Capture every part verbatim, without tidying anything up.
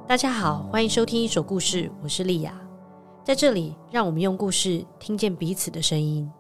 大家好，欢迎收听一首故事，我是丽雅。在这里，让我们用故事听见彼此的声音。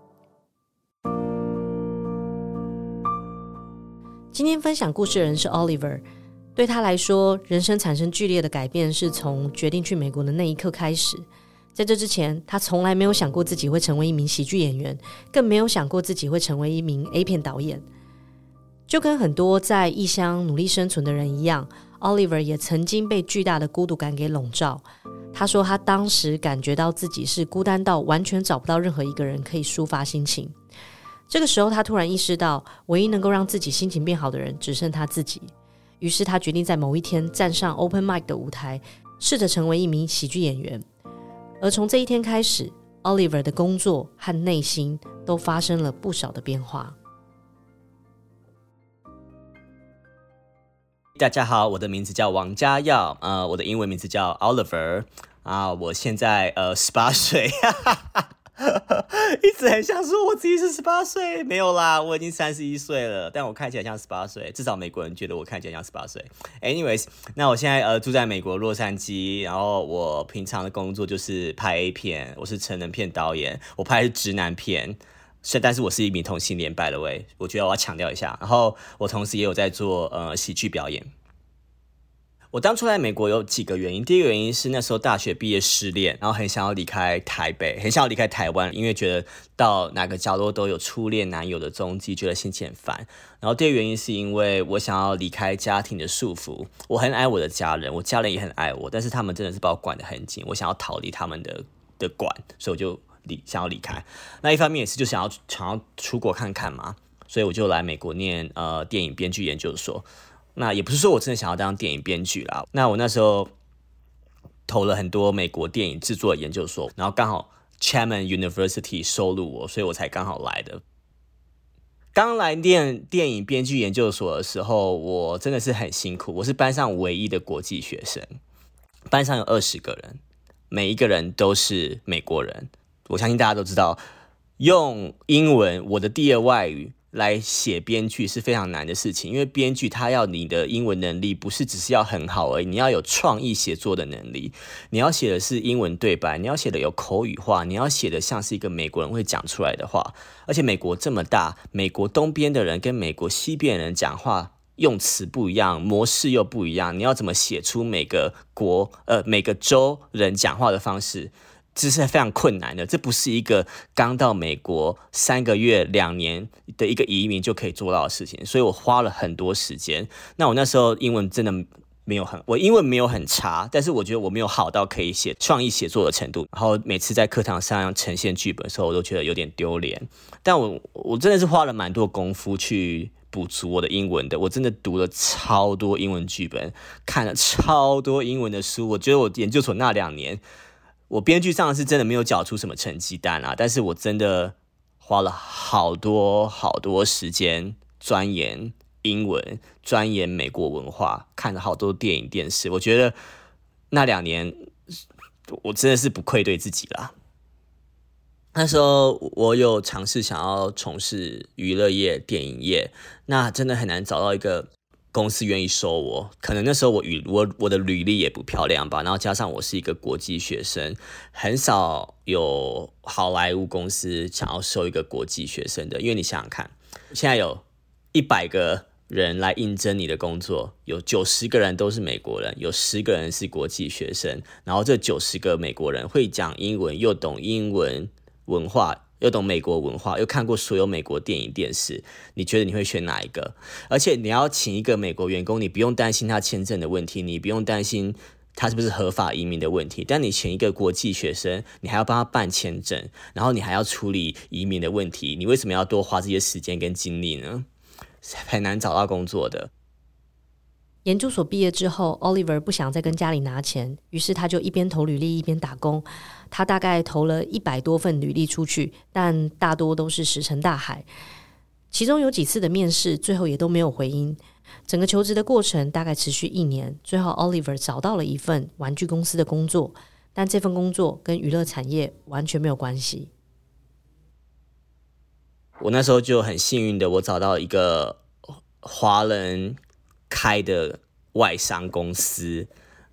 今天分享故事的人是 Oliver， 对他来说，人生产生剧烈的改变是从决定去美国的那一刻开始。在这之前，他从来没有想过自己会成为一名喜剧演员，更没有想过自己会成为一名 A 片导演。就跟很多在异乡努力生存的人一样， Oliver 也曾经被巨大的孤独感给笼罩。他说他当时感觉到自己是孤单到完全找不到任何一个人可以抒发心情。这个时候他突然意识到，唯一能够让自己心情变好的人只剩他自己。于是他决定在某一天站上 Open Mic 的舞台，试着成为一名喜剧演员。而从这一天开始， Oliver 的工作和内心都发生了不少的变化。 大家好，我的名字叫王家耀，呃，我的英文名字叫 Oliver 啊，我现在呃十八岁，一直很想说我自己是十八岁，没有啦，我已经三十一岁了，但我看起来像十八岁，至少美国人觉得我看起来像十八岁。Anyways， 那我现在呃住在美国洛杉矶，然后我平常的工作就是拍 A 片，我是成人片导演，我拍的是直男片。是，但是我是一名同性恋 by the way， 我觉得我要强调一下。然后我同时也有在做呃喜剧表演。我当初来美国有几个原因，第一个原因是那时候大学毕业失恋，然后很想要离开台北，很想要离开台湾，因为觉得到哪个角落都有初恋男友的踪迹，觉得心情很烦。然后第二个原因是因为我想要离开家庭的束缚，我很爱我的家人，我家人也很爱我，但是他们真的是把我管得很紧，我想要逃离他们的的管，所以我就想要离开。那一方面也是就想要想要出国看看嘛，所以我就来美国念呃电影编剧研究所。那也不是说我真的想要当电影编剧啦，那我那时候投了很多美国电影制作研究所，然后刚好 Chapman University 收录我，所以我才刚好来的。刚来念电影编剧研究所的时候，我真的是很辛苦，我是班上唯一的国际学生，班上有二十个人，每一个人都是美国人。我相信大家都知道，用英文我的第二外语来写编剧是非常难的事情，因为编剧他要你的英文能力不是只是要很好而已，你要有创意写作的能力，你要写的是英文对白，你要写的有口语化，你要写的像是一个美国人会讲出来的话。而且美国这么大，美国东边的人跟美国西边的人讲话用词不一样，模式又不一样，你要怎么写出每个国呃每个州人讲话的方式，这是非常困难的，这不是一个刚到美国三个月、两年的一个移民就可以做到的事情，所以我花了很多时间。那我那时候英文真的没有很，我英文没有很差，但是我觉得我没有好到可以写创意写作的程度。然后每次在课堂上呈现剧本的时候，我都觉得有点丢脸。但我我真的是花了蛮多功夫去补足我的英文的，我真的读了超多英文剧本，看了超多英文的书。我觉得我研究所那两年，我编剧上是真的没有缴出什么成绩单啊，但是我真的花了好多好多时间钻研英文，钻研美国文化，看了好多电影电视。我觉得那两年我真的是不愧对自己啦。那时候我有尝试想要从事娱乐业、电影业，那真的很难找到一个公司愿意收我，可能那时候我语我我的履历也不漂亮吧，然后加上我是一个国际学生，很少有好莱坞公司想要收一个国际学生的。因为你想想看，现在有一百个人来应征你的工作，有九十个人都是美国人，有十个人是国际学生，然后这九十个美国人会讲英文，又懂英文文化，又懂美国文化，又看过所有美国电影电视，你觉得你会选哪一个？而且你要请一个美国员工，你不用担心他签证的问题，你不用担心他是不是合法移民的问题，但你请一个国际学生，你还要帮他办签证，然后你还要处理移民的问题，你为什么要多花这些时间跟精力呢？很难找到工作的。 研究所毕业之后， Oliver 不想再跟家里拿钱，于是他就一边投履历一边打工。他大概投了一百多份履历出去，但大多都是石沉大海。其中有几次的面试最后也都没有回音。整个求职的过程大概持续一年，最后 Oliver 找到了一份玩具公司的工作，但这份工作跟娱乐产业完全没有关系。 我那时候就很幸运的，我找到一个华人开的外商公司，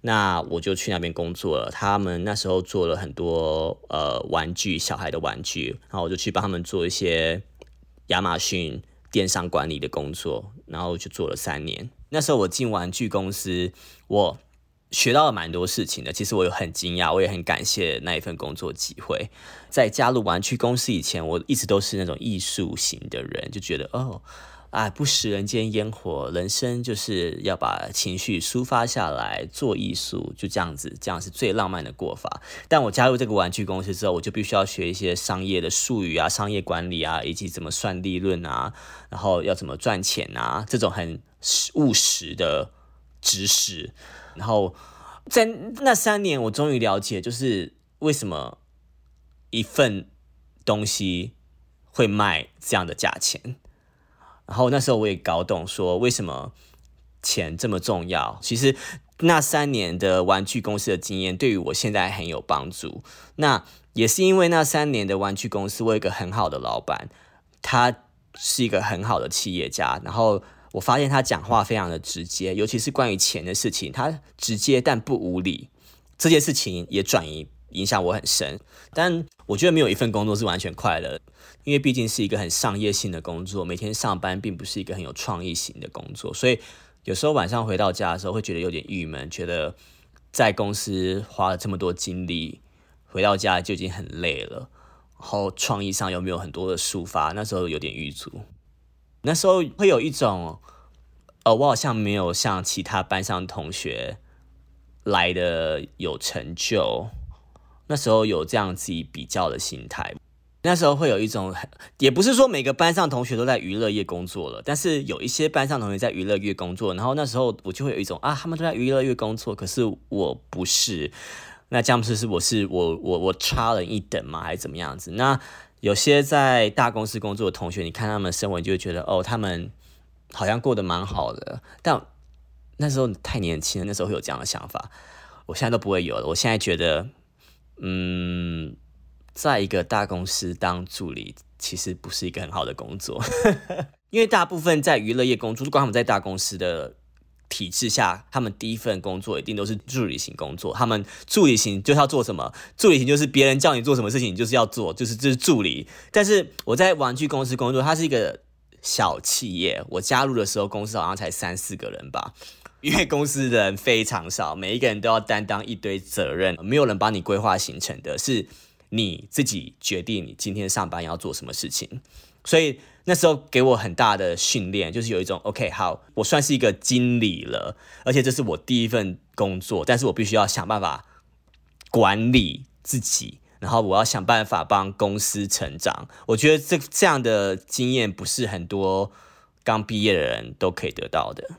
那我就去那边工作了。他们那时候做了很多呃玩具，小孩的玩具，然后我就去帮他们做一些亚马逊电商管理的工作，然后就做了三年。那时候我进玩具公司，我学到了蛮多事情的。其实我有很惊讶，我也很感谢那一份工作机会。在加入玩具公司以前，我一直都是那种艺术型的人，就觉得哦。啊，不食人间烟火，人生就是要把情绪抒发下来，做艺术，就这样子，这样是最浪漫的过法。但我加入这个玩具公司之后，我就必须要学一些商业的术语啊、商业管理啊，以及怎么算利润啊，然后要怎么赚钱啊，这种很务实的知识。然后在那三年，我终于了解，就是为什么一份东西会卖这样的价钱。然后那时候我也搞懂说为什么钱这么重要。其实那三年的玩具公司的经验对于我现在很有帮助。那也是因为那三年的玩具公司，我有一个很好的老板，他是一个很好的企业家。然后我发现他讲话非常的直接，尤其是关于钱的事情，他直接但不无理。这件事情也转移影响我很深。但我觉得没有一份工作是完全快乐的。因为毕竟是一个很商业性的工作，每天上班并不是一个很有创意型的工作，所以有时候晚上回到家的时候会觉得有点郁闷，觉得在公司花了这么多精力，回到家就已经很累了，然后创意上又没有很多的抒发，那时候有点郁卒。那时候会有一种，呃，我好像没有像其他班上同学来的有成就，那时候有这样自己比较的心态。那时候会有一种，也不是说每个班上同学都在娱乐业工作了，但是有一些班上同学在娱乐业工作，然后那时候我就会有一种啊，他们都在娱乐业工作，可是我不是，那这样是是我是我我我差了一等吗？还是怎么样子？那有些在大公司工作的同学，你看他们生活，你就会觉得哦，他们好像过得蛮好的，但那时候太年轻了，那时候会有这样的想法，我现在都不会有了。我现在觉得，嗯。在一个大公司当助理其实不是一个很好的工作因为大部分在娱乐业工作，如果他们在大公司的体制下，他们第一份工作一定都是助理型工作。他们助理型就是要做什么？助理型就是别人叫你做什么事情，你就是要做，就是就是助理。但是我在玩具公司工作，它是一个小企业，我加入的时候公司好像才三四个人吧。因为公司的人非常少，每一个人都要担当一堆责任，没有人帮你规划行程的，是你自己决定你今天上班要做什么事情。所以那时候给我很大的训练，就是有一种 OK 好，我算是一个经理了，而且这是我第一份工作，但是我必须要想办法管理自己，然后我要想办法帮公司成长。我觉得这这样的经验不是很多刚毕业的人都可以得到的。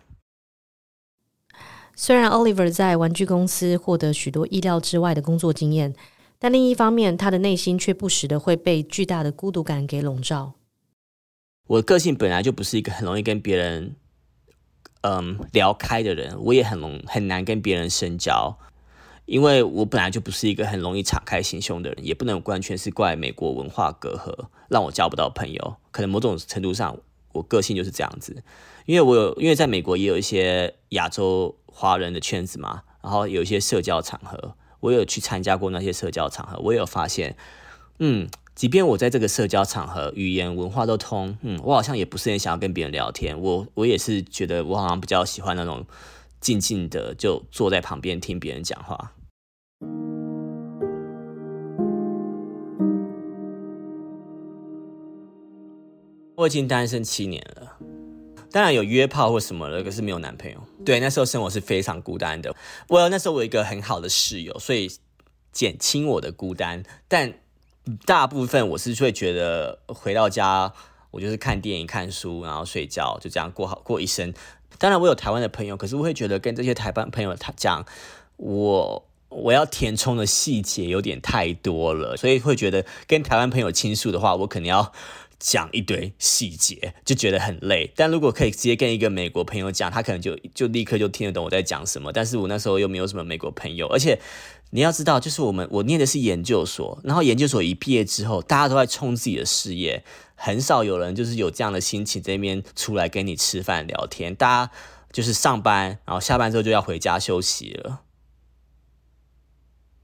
虽然 Oliver 在玩具公司获得许多意料之外的工作经验，但另一方面，他的内心却不时的会被巨大的孤独感给笼罩。 我的个性本来就不是一个很容易跟别人嗯聊开的人，我也很容很难跟别人深交，因为我本来就不是一个很容易敞开心胸的人，也不能完全是怪美国文化隔阂让我交不到朋友，可能某种程度上我个性就是这样子。因为我有因为在美国也有一些亚洲华人的圈子嘛，然后有一些社交场合，我有去参加过那些社交场合，我也有发现，嗯，即便我在这个社交场合语言文化都通，嗯，我好像也不是很想要跟别人聊天。我我也是觉得我好像比较喜欢那种静静的就坐在旁边听别人讲话。我已经单身七年了，当然有约炮或什么的，可是没有男朋友。对，那时候生活是非常孤单的。我那时候我有一个很好的室友，所以减轻我的孤单。但大部分我是会觉得回到家，我就是看电影、看书，然后睡觉，就这样过好过一生。当然我有台湾的朋友，可是我会觉得跟这些台湾朋友讲，我我要填充的细节有点太多了，所以会觉得跟台湾朋友倾诉的话，我可能要讲一堆细节，就觉得很累。但如果可以直接跟一个美国朋友讲，他可能就就立刻就听得懂我在讲什么。但是我那时候又没有什么美国朋友，而且你要知道，就是我们我念的是研究所，然后研究所一毕业之后，大家都在冲自己的事业，很少有人就是有这样的心情在那边出来跟你吃饭聊天。大家就是上班，然后下班之后就要回家休息了。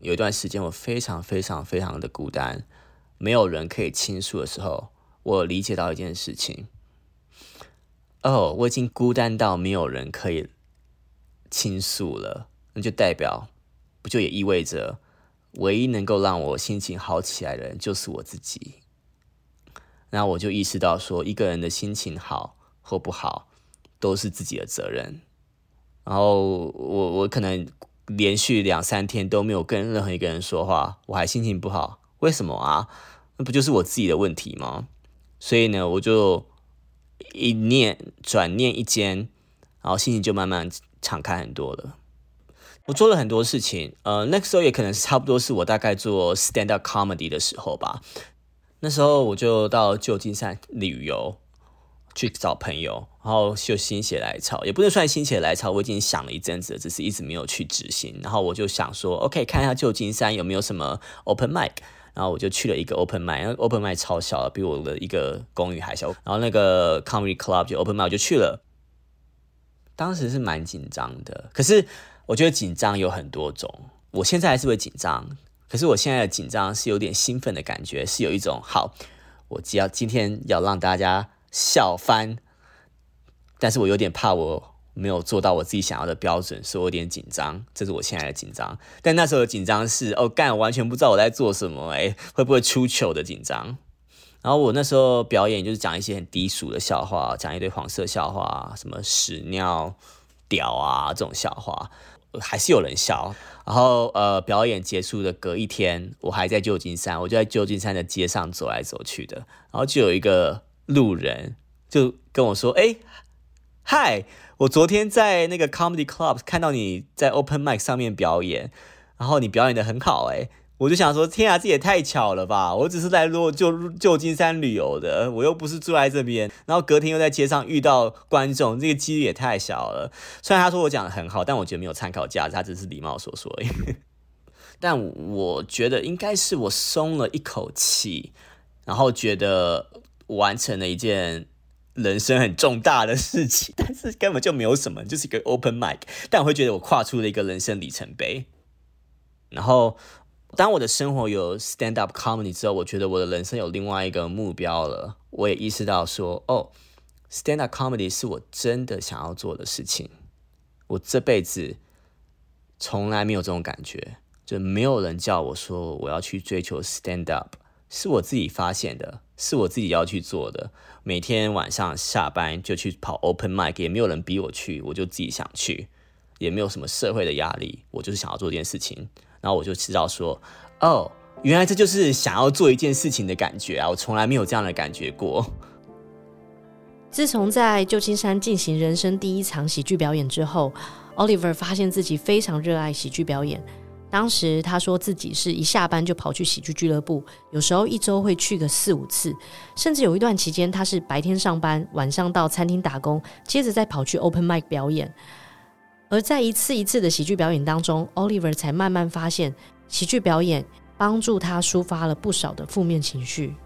有一段时间我非常非常非常的孤单，没有人可以倾诉的时候，我理解到一件事情，哦，我已经孤单到没有人可以倾诉了，那就代表，不就也意味着唯一能够让我心情好起来的人就是我自己。那我就意识到说，一个人的心情好或不好都是自己的责任。然后我我可能连续两三天都没有跟任何一个人说话，我还心情不好，为什么啊？那不就是我自己的问题吗？所以呢，我就一念转念一间，然后心情就慢慢敞开很多了。我做了很多事情，呃，那个时候也可能是差不多是我大概做 stand up comedy 的时候吧。那时候我就到旧金山旅游，去找朋友，然后就心血来潮，也不能算心血来潮，我已经想了一阵子了，只是一直没有去执行。然后我就想说 ，OK， 看一下旧金山有没有什么 open mic。然后我就去了一个 open mic， 那个 open mic 超小的，比我的一个公寓还小。然后那个 comedy club 就 open mic 我就去了，当时是蛮紧张的。可是我觉得紧张有很多种，我现在还是会紧张。可是我现在的紧张是有点兴奋的感觉，是有一种好，我只要今天要让大家笑翻，但是我有点怕我没有做到我自己想要的标准，所以我有点紧张，这是我现在的紧张。但那时候的紧张是，哦干，我完全不知道我在做什么，哎，会不会出糗的紧张。然后我那时候表演就是讲一些很低俗的笑话，讲一堆黄色笑话，什么屎尿屌啊这种笑话，还是有人笑。然后呃，表演结束的隔一天，我还在旧金山，我就在旧金山的街上走来走去的，然后就有一个路人就跟我说，哎，嗨，我昨天在那个 comedy club 看到你在 open mic 上面表演，然后你表演得很好哎，我就想说，天啊，这也太巧了吧！我只是来旧旧旧金山旅游的，我又不是住在这边，然后隔天又在街上遇到观众，这个几率也太小了。虽然他说我讲得很好，但我觉得没有参考价值，他只是礼貌所说而已。但我觉得应该是我松了一口气，然后觉得完成了一件人生很重大的事情，但是根本就没有什么，就是一个 open mic， 但我会觉得我跨出了一个人生里程碑。然后当我的生活有 stand up comedy 之后，我觉得我的人生有另外一个目标了。我也意识到说，哦 stand up comedy 是我真的想要做的事情。我这辈子从来没有这种感觉，就没有人叫我说我要去追求 stand up， 是我自己发现的，是我自己要去做的。每天晚上下班就去跑 open mic， 也没有人逼我去，我就自己想去，也没有什么社会的压力，我就是想要做这件事情。然后我就知道说，哦，原来这就是想要做一件事情的感觉啊！我从来没有这样的感觉过。 自从在旧金山进行人生第一场喜剧表演之后， Oliver 发现自己非常热爱喜剧表演。当时他说自己是一下班就跑去喜剧俱乐部，有时候一周会去个四五次，甚至有一段期间他是白天上班，晚上到餐厅打工，接着再跑去 open mic 表演。而在一次一次的喜剧表演当中， Oliver 才慢慢发现喜剧表演帮助他抒发了不少的负面情绪。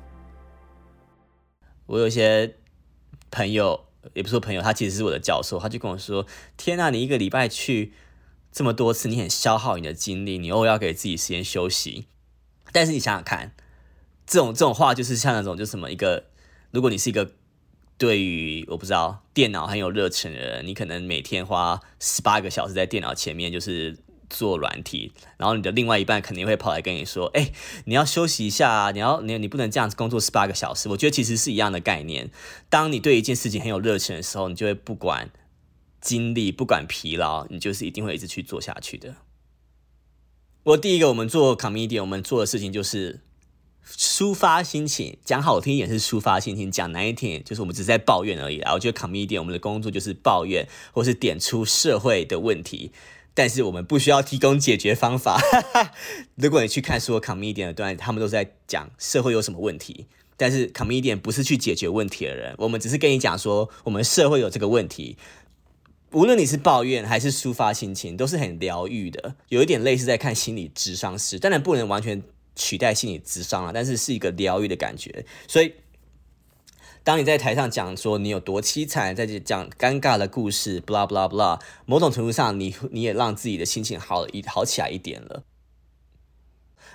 我有些朋友，也不是说朋友，他其实是我的教授，他就跟我说，天啊，你一个礼拜去这么多次，你很消耗你的精力，你偶尔要给自己时间休息。但是你想想看，这种这种话就是像那种就是什么一个，如果你是一个对于我不知道电脑很有热忱的人，你可能每天花十八个小时在电脑前面就是做软体，然后你的另外一半肯定会跑来跟你说，哎、欸，你要休息一下啊，你要你你不能这样子工作十八个小时。我觉得其实是一样的概念。当你对一件事情很有热忱的时候，你就会不管精力不管疲劳，你就是一定会一直去做下去的。我第一个我们做 comedian 我们做的事情就是抒发心情，讲好听一点是抒发心情，讲难一点就是我们只是在抱怨而已啦。我觉得 comedian 我们的工作就是抱怨或是点出社会的问题，但是我们不需要提供解决方法。如果你去看所有 comedian 的段子，他们都是在讲社会有什么问题，但是 comedian 不是去解决问题的人，我们只是跟你讲说我们社会有这个问题。无论你是抱怨还是抒发心情，都是很疗愈的，有一点类似在看心理咨商师，当然不能完全取代心理咨商啦，但是是一个疗愈的感觉。所以当你在台上讲说你有多凄惨，在讲尴尬的故事 blah blah blah， 某种程度上你你也让自己的心情好好起来一点了。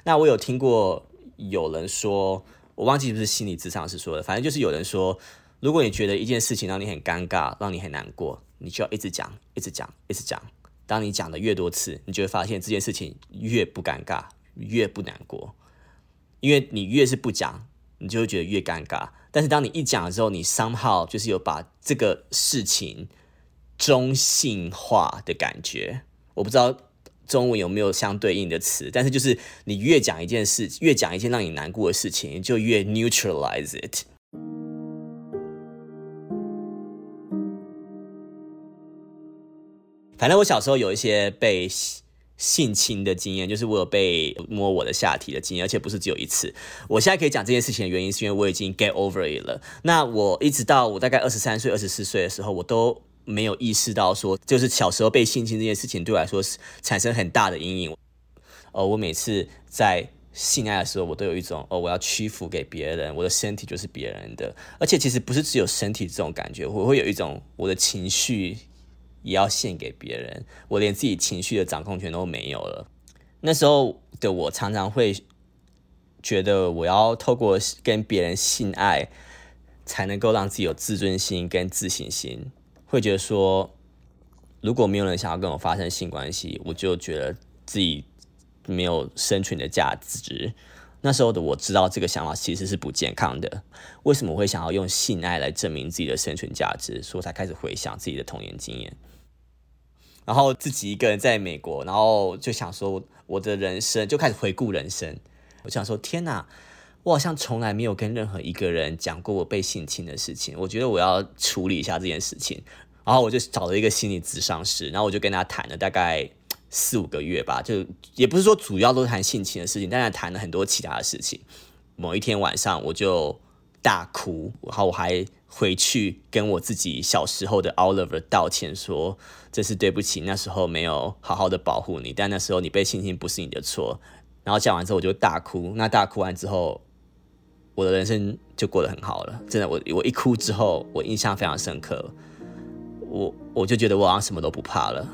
那我有听过有人说，我忘记是不是心理咨商师说的，反正就是有人说，如果你觉得一件事情让你很尴尬，让你很难过，你就要一直讲，一直讲，一直讲。当你讲的越多次，你就会发现这件事情越不尴尬，越不难过。因为你越是不讲，你就会觉得越尴尬。但是当你一讲了之后，你 somehow 就是有把这个事情中性化的感觉。我不知道中文有没有相对应的词，但是就是你越讲一件事，越讲一件让你难过的事情，你就越 neutralize it。反正我小时候有一些被性侵的经验，就是我有被摸我的下体的经验，而且不是只有一次。我现在可以讲这件事情的原因，是因为我已经 get over it 了。那我一直到我大概二十三岁、二十四岁的时候，我都没有意识到说，就是小时候被性侵这件事情对我来说是产生很大的阴影。呃，我每次在性爱的时候，我都有一种哦，我要屈服给别人，我的身体就是别人的。而且其实不是只有身体这种感觉，我会有一种我的情绪也要献给别人，我连自己情绪的掌控权都没有了。那时候的我常常会觉得，我要透过跟别人性爱，才能够让自己有自尊心跟自信心。会觉得说，如果没有人想要跟我发生性关系，我就觉得自己没有生存的价值。那时候的我知道这个想法其实是不健康的。为什么我会想要用性爱来证明自己的生存价值？所以我才开始回想自己的童年经验。然后自己一个人在美国，然后就想说我的人生，就开始回顾人生。我想说，天哪，我好像从来没有跟任何一个人讲过我被性侵的事情。我觉得我要处理一下这件事情。然后我就找了一个心理咨商师，然后我就跟他谈了大概四五个月吧，就也不是说主要都是谈性侵的事情，但是谈了很多其他的事情。某一天晚上我就大哭，然后我还回去跟我自己小时候的 Oliver 道歉说，这是对不起，那时候没有好好的保护你，但那时候你被性侵不是你的错。然后讲完之后我就大哭，那大哭完之后，我的人生就过得很好了。真的，我我一哭之后，我印象非常深刻，我我就觉得我好像什么都不怕了。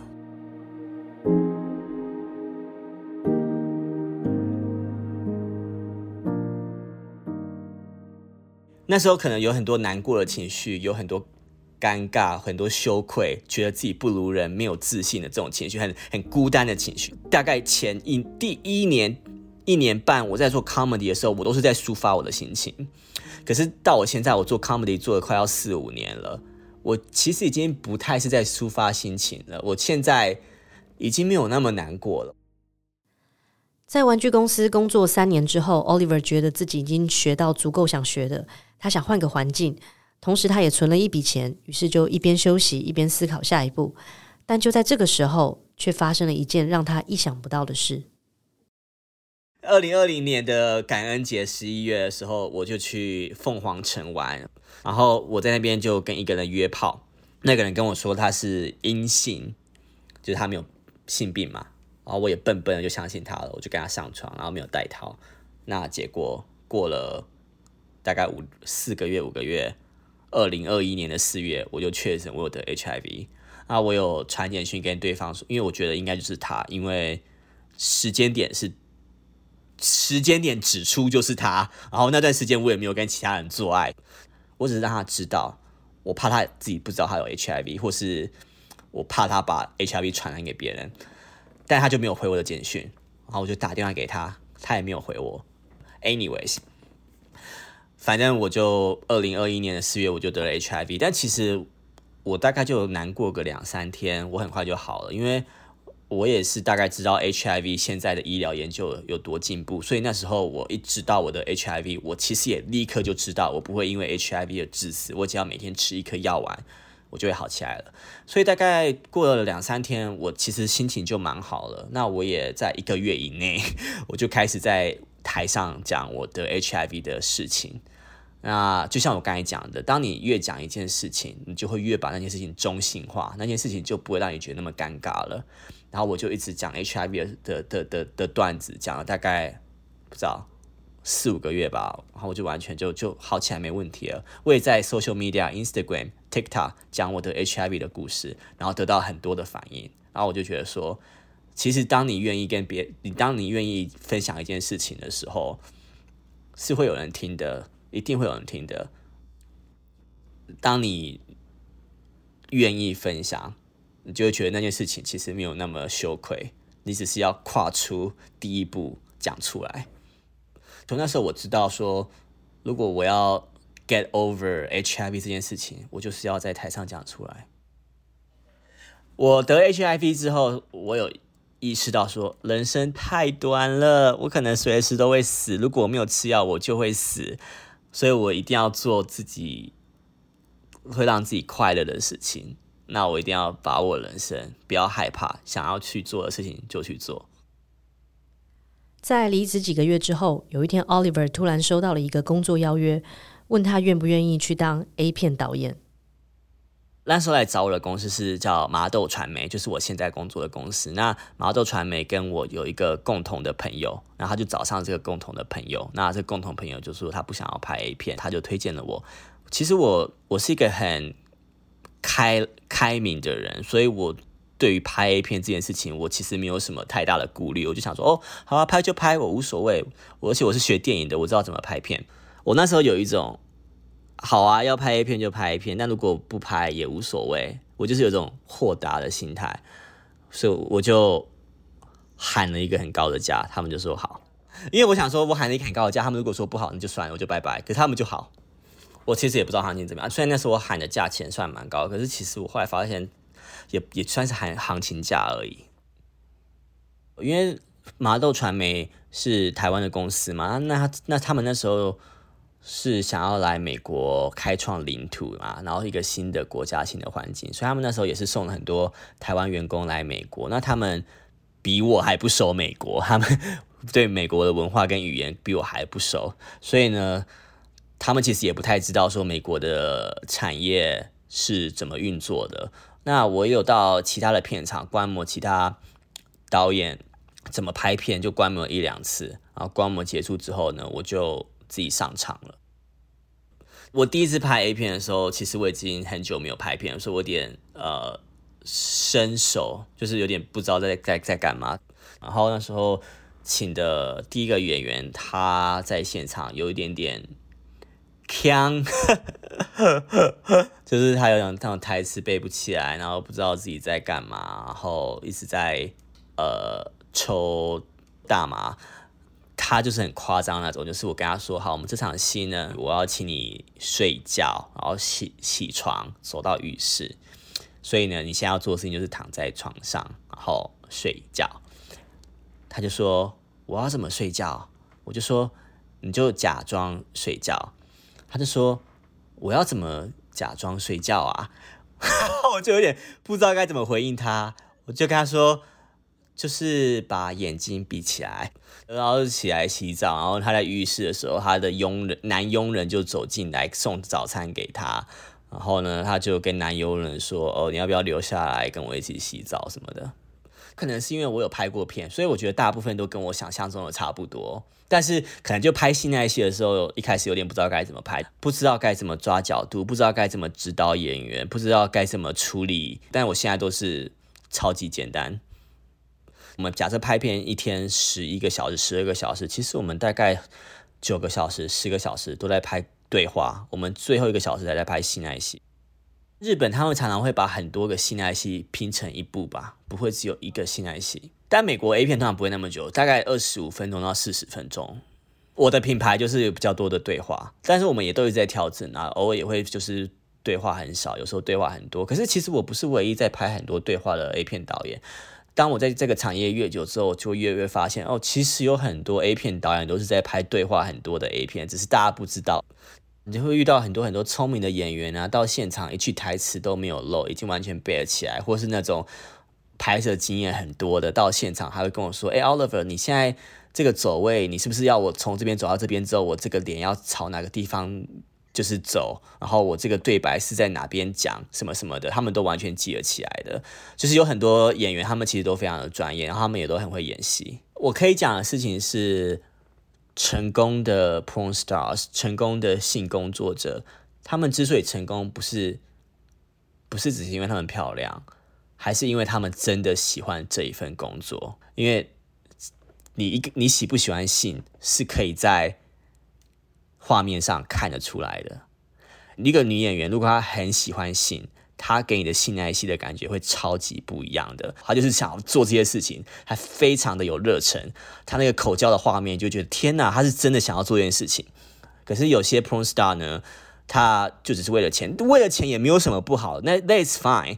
那时候可能有很多难过的情绪，有很多尴尬，很多羞愧，觉得自己不如人，没有自信的这种情绪，很很孤单的情绪。大概前一第一年一年半，我在做 comedy 的时候，我都是在抒发我的心情。可是到我现在，我做 comedy 做了快要四五年了，我其实已经不太是在抒发心情了。我现在已经没有那么难过了。 在玩具公司工作三年之后 Oliver 觉得自己已经学到足够想学的，他想换个环境，同时他也存了一笔钱，于是就一边休息一边思考下一步。但就在这个时候，却发生了一件让他意想不到的事。 二零二零年的感恩节十一月的时候，我就去凤凰城玩，然后我在那边就跟一个人约炮，那个人跟我说他是阴性，就是他没有性病嘛，然后我也笨笨的就相信他了，我就跟他上床，然后没有带套。那结果过了大概五四个月五个月，二零二一年的四月，我就确诊我有得 H I V。那我有传简讯跟对方说，因为我觉得应该就是他，因为时间点是时间点指出就是他，然后那段时间我也没有跟其他人做爱，我只是让他知道，我怕他自己不知道他有 H I V， 或是我怕他把 H I V 传染给别人。但他就没有回我的简讯，然后我就打电话给他，他也没有回我。Anyways， 反正我就二零二一年的四月我就得了 H I V， 但其实我大概就难过个两三天，我很快就好了，因为我也是大概知道 H I V 现在的医疗研究有多进步，所以那时候我一知道我的 H I V， 我其实也立刻就知道我不会因为 H I V 而致死，我只要每天吃一颗药丸，我就会好起来了。所以大概过了两三天，我其实心情就蛮好了。那我也在一个月以内，我就开始在台上讲我的 H I V 的事情。那就像我刚才讲的，当你越讲一件事情，你就会越把那件事情中性化，那件事情就不会让你觉得那么尴尬了。然后我就一直讲 H I V 的的的的段子，讲了大概不知道四五个月吧，然后我就完全就就好起来，没问题了。我也在 social media、Instagram、TikTok 讲我的 H I V 的故事，然后得到很多的反应，然后我就觉得说， 其实当你愿意跟别你当你愿意分享一件事情的时候，是会有人听的，一定会有人听的。当你愿意分享，你就会觉得那件事情其实没有那么羞愧，你只是要跨出第一步讲出来。从那时候我知道说，如果我要 get over H I V 这件事情，我就是要在台上讲出来。我得 H I V 之后，我有意识到说，人生太短了，我可能随时都会死，如果我没有吃药，我就会死，所以我一定要做自己会让自己快乐的事情。那我一定要把握人生，不要害怕，想要去做的事情就去做。 在离职几个月之后，有一天 Oliver 突然收到了一个工作邀约，问他愿不愿意去当 A 片导演。 那时候来找我的公司是叫麻豆传媒，就是我现在工作的公司。那麻豆传媒跟我有一个共同的朋友，然后他就找上这个共同的朋友，那这个共同朋友就说他不想要拍 A 片，他就推荐了我。其实我我是一个很开开明的人，所以我对于拍 A 片这件事情，我其实没有什么太大的顾虑。我就想说，哦，好啊，拍就拍，我无所谓。而且我是学电影的，我知道怎么拍片。我那时候有一种，好啊，要拍 A 片就拍 A 片，但如果不拍也无所谓。我就是有这种豁达的心态，所以我就喊了一个很高的价，他们就说好。因为我想说，我喊了一个很高的价，他们如果说不好，那就算了，我就拜拜。可是他们就好。我其实也不知道行情怎么样，虽然那时候我喊的价钱算蛮高，可是其实我后来发现也也算是喊行情价而已。因为麻豆传媒是台湾的公司嘛，那他那他们那时候是想要来美国开创领土嘛，然后一个新的国家、新的环境，所以他们那时候也是送了很多台湾员工来美国。那他们比我还不熟美国，他们对美国的文化跟语言比我还不熟，所以呢，他们其实也不太知道说美国的产业是怎么运作的。那我有到其他的片场观摩其他导演怎么拍片，就观摩一两次，然后观摩结束之后呢，我就自己上场了。我第一次拍 A 片的时候，其实我已经很久没有拍片了，所以我有点呃生手，就是有点不知道在在在干嘛。然后那时候请的第一个演员，他在现场有一点点呛，就是他有那种台词背不起来，然后不知道自己在干嘛，然后一直在呃抽大麻。他就是很夸张那种，就是我跟他说好，我们这场戏呢，我要请你睡觉，然后起起床走到浴室，所以呢，你现在要做的事情就是躺在床上，然后睡觉。他就说我要怎么睡觉？我就说你就假装睡觉。他就说我要怎么假装睡觉啊？我就有点不知道该怎么回应他，我就跟他说，就是把眼睛闭起来，然后起来洗澡，然后他在浴室的时候，他的佣人男佣人就走进来送早餐给他，然后呢，他就跟男佣人说，哦，你要不要留下来跟我一起洗澡什么的。可能是因为我有拍过片，所以我觉得大部分都跟我想象中的差不多。但是可能就拍性爱戏的时候，一开始有点不知道该怎么拍，不知道该怎么抓角度，不知道该怎么指导演员，不知道该怎么处理。但我现在都是超级简单。我们假设拍片一天十一个小时、十二个小时，其实我们大概九个小时、十个小时都在拍对话，我们最后一个小时才在拍性爱戏。日本他们常常会把很多个性爱戏拼成一部吧，不会只有一个性爱戏。但美国 A 片通常不会那么久，大概二十五分钟到四十分钟。我的品牌就是有比较多的对话，但是我们也都一直在调整啊，偶尔也会就是对话很少，有时候对话很多。可是其实我不是唯一在拍很多对话的 A 片导演。当我在这个产业越久之后，就越越发现哦，其实有很多 A 片导演都是在拍对话很多的 A 片，只是大家不知道。你就会遇到很多很多聪明的演员啊，到现场一句台词都没有漏，已经完全背了起来，或是那种拍摄经验很多的，到现场还会跟我说：“哎 ，Oliver， 你现在这个走位，你是不是要我从这边走到这边之后，我这个脸要朝哪个地方就是走，然后我这个对白是在哪边讲什么什么的，他们都完全记了起来的。就是有很多演员，他们其实都非常的专业，然后他们也都很会演戏。我可以讲的事情是，成功的 porn stars， 成功的性工作者，他们之所以成功，不是不是只是因为他们漂亮， 还是因为他们真的喜欢这一份工作？因为你一个你喜不喜欢性是可以在画面上看得出来的。一个女演员如果她很喜欢性，她给你的性爱戏的感觉会超级不一样的。她就是想要做这些事情，她非常的有热忱。她那个口交的画面就觉得天哪，她是真的想要做这件事情。可是有些 porn star 呢，他就只是为了钱，为了钱也没有什么不好，那 that's fine。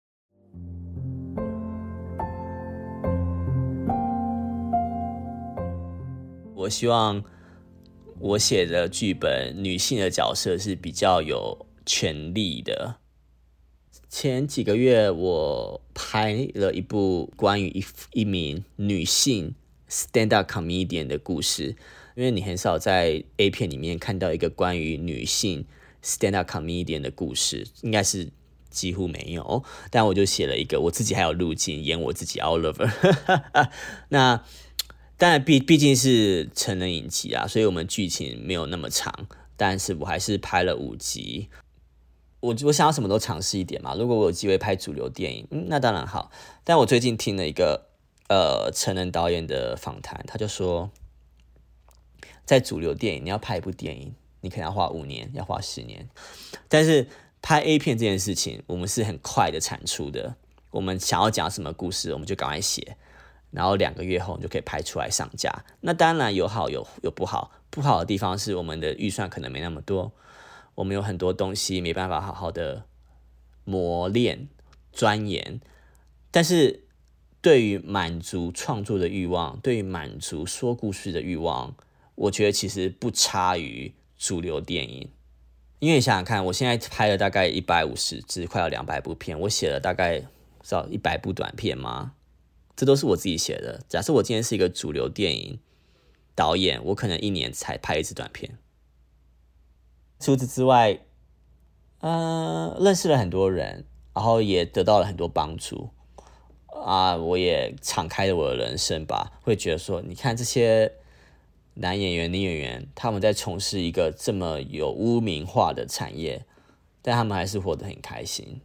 我希望我写的剧本女性的角色是比较有权力的。前几个月我拍了一部关于 一, 一名女性 stand-up comedian 的故事，因为你很少在 A 片里面看到一个关于女性 stand-up comedian 的故事，应该是几乎没有，但我就写了一个，我自己还有路径演我自己 Oliver 那当然毕毕竟是成人影集啊，所以我们剧情没有那么长，但是我还是拍了五集。我我想要什么都尝试一点嘛。如果我有机会拍主流电影，嗯，那当然好。但我最近听了一个呃成人导演的访谈，他就说，在主流电影你要拍一部电影，你可能要花五年，要花十年，但是拍 A 片这件事情，我们是很快的产出的。我们想要讲什么故事，我们就赶快写。然后两个月后你就可以拍出来上架。那当然有好有有不好，不好的地方是我们的预算可能没那么多，我们有很多东西没办法好好的磨练钻研。但是对于满足创作的欲望，对于满足说故事的欲望，我觉得其实不差于主流电影。因为你想想看，我现在拍了大概一百五十支，快要两百部片，我写了大概知道一百部短片吗？这都是我自己写的。假设我今天是一个主流电影导演，我可能一年才拍一支短片。除此之外，呃，认识了很多人，然后也得到了很多帮助啊，我也敞开了我的人生吧。会觉得说，你看这些男演员、女演员，他们在从事一个这么有污名化的产业，但他们还是活得很开心。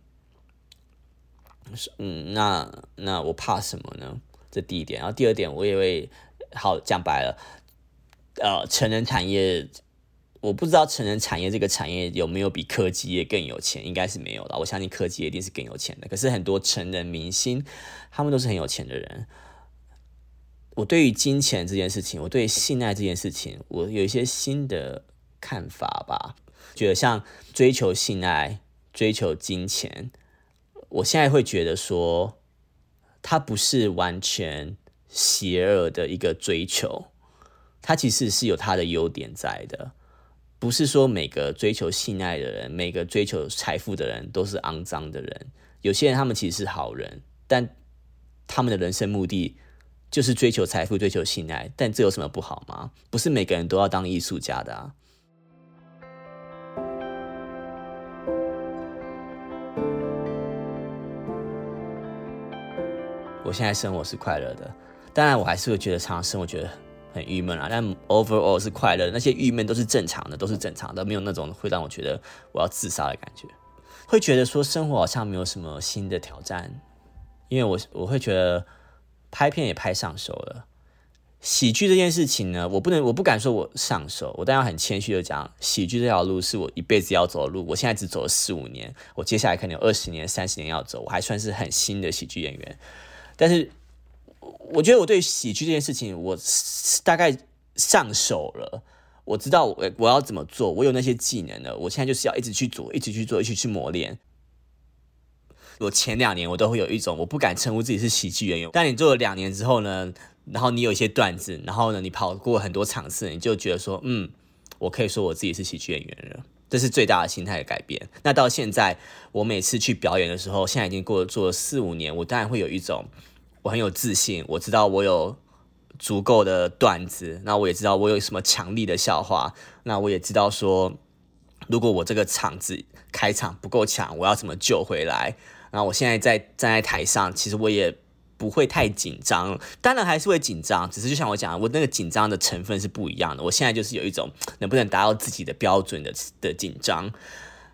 嗯，那那我怕什么呢？这第一点。然后第二点，我也会好讲白了，呃，成人产业，我不知道成人产业这个产业有没有比科技业更有钱，应该是没有啦。我相信科技业一定是更有钱的。可是很多成人明星，他们都是很有钱的人。我对于金钱这件事情，我对于性爱这件事情，我有一些新的看法吧。觉得像追求性爱、追求金钱。我现在会觉得说，它不是完全邪恶的一个追求，它其实是有它的优点在的。不是说每个追求性爱的人，每个追求财富的人都是肮脏的人。有些人他们其实是好人，但他们的人生目的就是追求财富、追求性爱。但这有什么不好吗？不是每个人都要当艺术家的啊。我现在生活是快乐的，当然我还是会觉得常常生活觉得很郁闷啊，但 overall 是快乐的。那些郁闷都是正常的，都是正常的，没有那种会让我觉得我要自杀的感觉。会觉得说生活好像没有什么新的挑战，因为我我会觉得拍片也拍上手了。喜剧这件事情呢，我不能我不敢说我上手，我当然很谦虚的讲，喜剧这条路是我一辈子要走的路。我现在只走了四五年，我接下来可能有二十年、三十年要走，我还算是很新的喜剧演员。但是我觉得我对喜剧这件事情，我大概上手了，我知道 我, 我要怎么做，我有那些技能了。我现在就是要一直去做，一直去做，一直去磨练。我前两年我都会有一种我不敢称呼自己是喜剧演员，但你做了两年之后呢，然后你有一些段子，然后呢你跑过很多场次，你就觉得说，嗯，我可以说我自己是喜剧演员了。这是最大的心态的改变。那到现在，我每次去表演的时候，现在已经过了做了四五年，我当然会有一种我很有自信，我知道我有足够的段子，那我也知道我有什么强力的笑话，那我也知道说，如果我这个场子开场不够强，我要怎么救回来。然后我现在在站在台上，其实我也不会太紧张，当然还是会紧张，只是就像我讲，我那个紧张的成分是不一样的。我现在就是有一种能不能达到自己的标准的的紧张。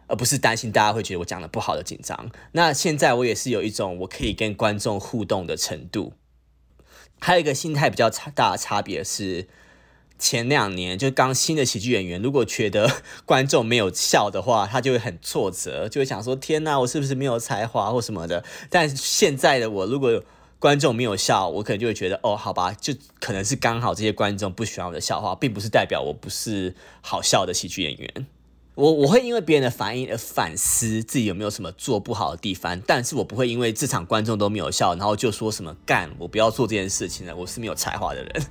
而不是担心大家会觉得我讲的不好的紧张。那现在我也是有一种我可以跟观众互动的程度。还有一个心态比较大的差别是，前两年就刚新的喜剧演员，如果觉得观众没有笑的话，他就会很挫折，就会想说天哪，我是不是没有才华或什么的。但现在的我，如果观众没有笑，我可能就会觉得哦，好吧，就可能是刚好这些观众不喜欢我的笑话，并不是代表我不是好笑的喜剧演员。我我会因为别人的反应而反思自己有没有什么做不好的地方，但是我不会因为这场观众都没有笑，然后就说什么干我不要做这件事情了，我是没有才华的人。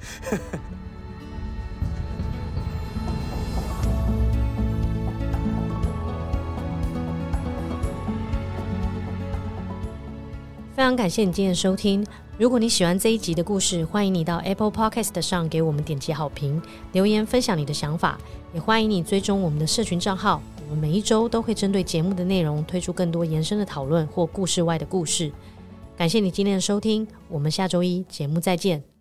非常感谢你今天的收听。如果你喜欢这一集的故事，欢迎你到 Apple Podcast 上给我们点击好评，留言分享你的想法，也欢迎你追踪我们的社群账号。我们每一周都会针对节目的内容推出更多延伸的讨论或故事外的故事。感谢你今天的收听，我们下周一节目再见。